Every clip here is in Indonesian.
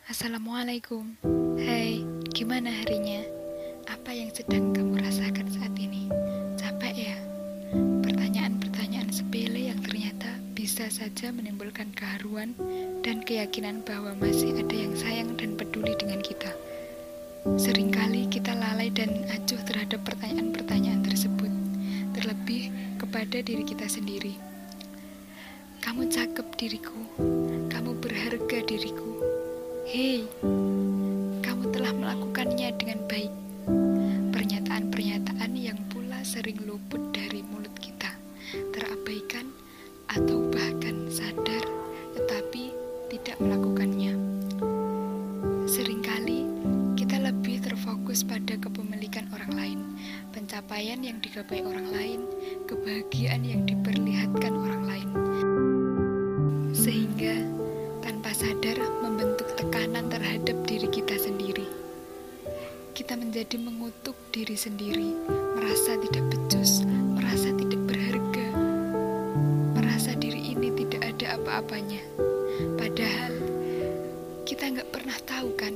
Assalamualaikum. Hai, gimana harinya? Apa yang sedang kamu rasakan saat ini? Capek ya? Pertanyaan-pertanyaan sepele yang ternyata bisa saja menimbulkan keharuan dan keyakinan bahwa masih ada yang sayang dan peduli dengan kita. Seringkali kita lalai dan acuh terhadap pertanyaan-pertanyaan tersebut, terlebih kepada diri kita sendiri. Kamu cakep diriku, kamu berharga diriku. Hei, kamu telah melakukannya dengan baik. Pernyataan-pernyataan yang pula sering luput dari mulut kita, terabaikan atau bahkan sadar tetapi tidak melakukannya. Seringkali kita lebih terfokus pada kepemilikan orang lain, pencapaian yang digapai orang lain, kebahagiaan yang diperlihatkan orang lain, sehingga tanpa sadar membentuk tekanan terhadap diri kita sendiri. Kita menjadi mengutuk diri sendiri, merasa tidak becus, merasa tidak berharga, merasa diri ini tidak ada apa-apanya. Padahal kita nggak pernah tahu kan,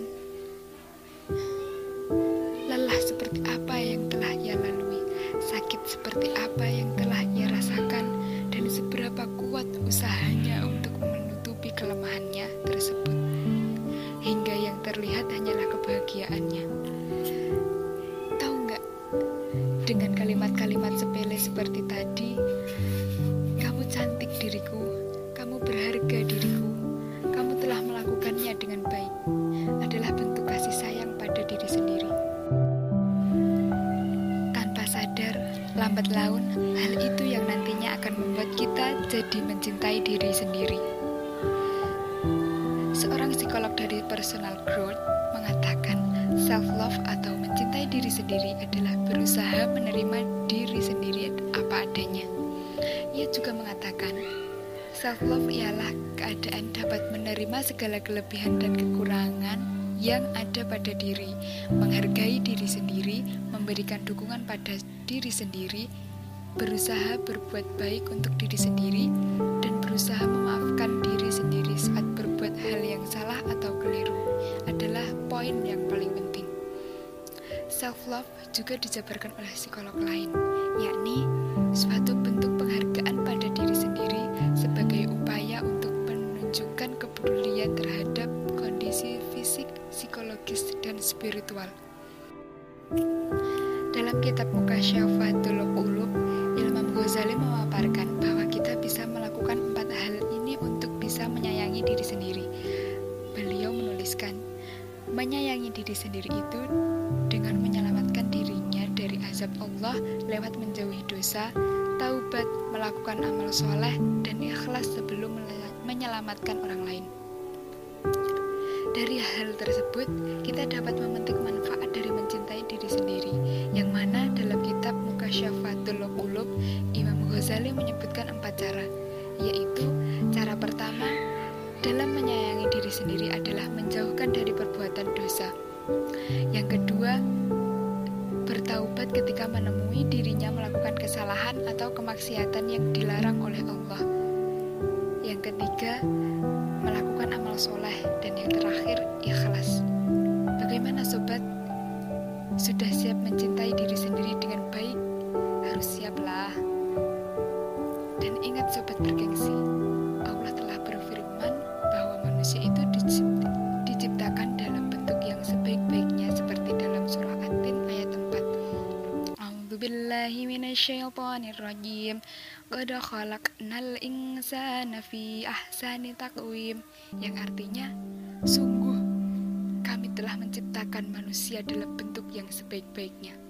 lelah seperti apa yang telah ia lalui, sakit seperti apa yang telah ia rasakan, dan seberapa kuat usahanya untuk menutupi kelemahannya tersebut, hingga yang terlihat hanyalah kebahagiaannya. Tahu nggak, dengan kalimat-kalimat sepele seperti tadi, kamu cantik diriku, kamu berharga diriku, kamu telah melakukannya dengan baik, adalah bentuk kasih sayang pada diri sendiri. Tanpa sadar, lambat laun, hal itu yang nantinya akan membuat kita jadi mencintai diri sendiri. Seorang psikolog dari Personal Growth mengatakan, self-love atau mencintai diri sendiri adalah berusaha menerima diri sendiri apa adanya. Ia juga mengatakan, self-love ialah keadaan dapat menerima segala kelebihan dan kekurangan yang ada pada diri, menghargai diri sendiri, memberikan dukungan pada diri sendiri, berusaha berbuat baik untuk diri sendiri, dan berusaha memaafkan diri sendiri saat berbuat hal yang salah atau keliru adalah poin yang paling penting. Self-love juga dijabarkan oleh psikolog lain, yakni suatu bentuk penghargaan pada diri sendiri sebagai upaya untuk menunjukkan kepedulian terhadap kondisi fisik, psikologis, dan spiritual. Dalam kitab Mukasyafatul Qulub, Imam Ghazali memaparkan bahwa kita bisa melakukan 4 hal ini untuk bisa menyayangi diri sendiri. Beliau menuliskan, menyayangi diri sendiri itu dengan menyelamatkan dirinya dari azab Allah lewat menjauhi dosa, taubat, melakukan amal soleh, dan ikhlas sebelum menyelamatkan orang lain. Dari hal tersebut, kita dapat memetik manfaat dari mencintai diri sendiri, yang mana dalam kitab Mukasyafatul Qulub, Imam Ghazali menyebutkan 4 cara, yaitu cara pertama, dalam menyayangi diri sendiri adalah menjauhkan dari perbuatan dosa. Yang kedua, bertaubat ketika menemui dirinya melakukan kesalahan atau kemaksiatan yang dilarang oleh Allah. Yang ketiga, melakukan amal soleh, dan yang terakhir, ikhlas. Bagaimana sobat? Sudah siap mencintai diri sendiri dengan baik? Harus siaplah. Dan ingat sobat bergengsi, Allah telah berfirman bahwa manusia itu diciptakan dalam bentuk yang sebaik-baiknya seperti dalam surah At-Tin ayat 4. A'udzubillahi minasyaitonirrajim. Qad khalaqnal insana fi ahsani taqwim, yang artinya sungguh kami telah menciptakan manusia dalam bentuk yang sebaik-baiknya.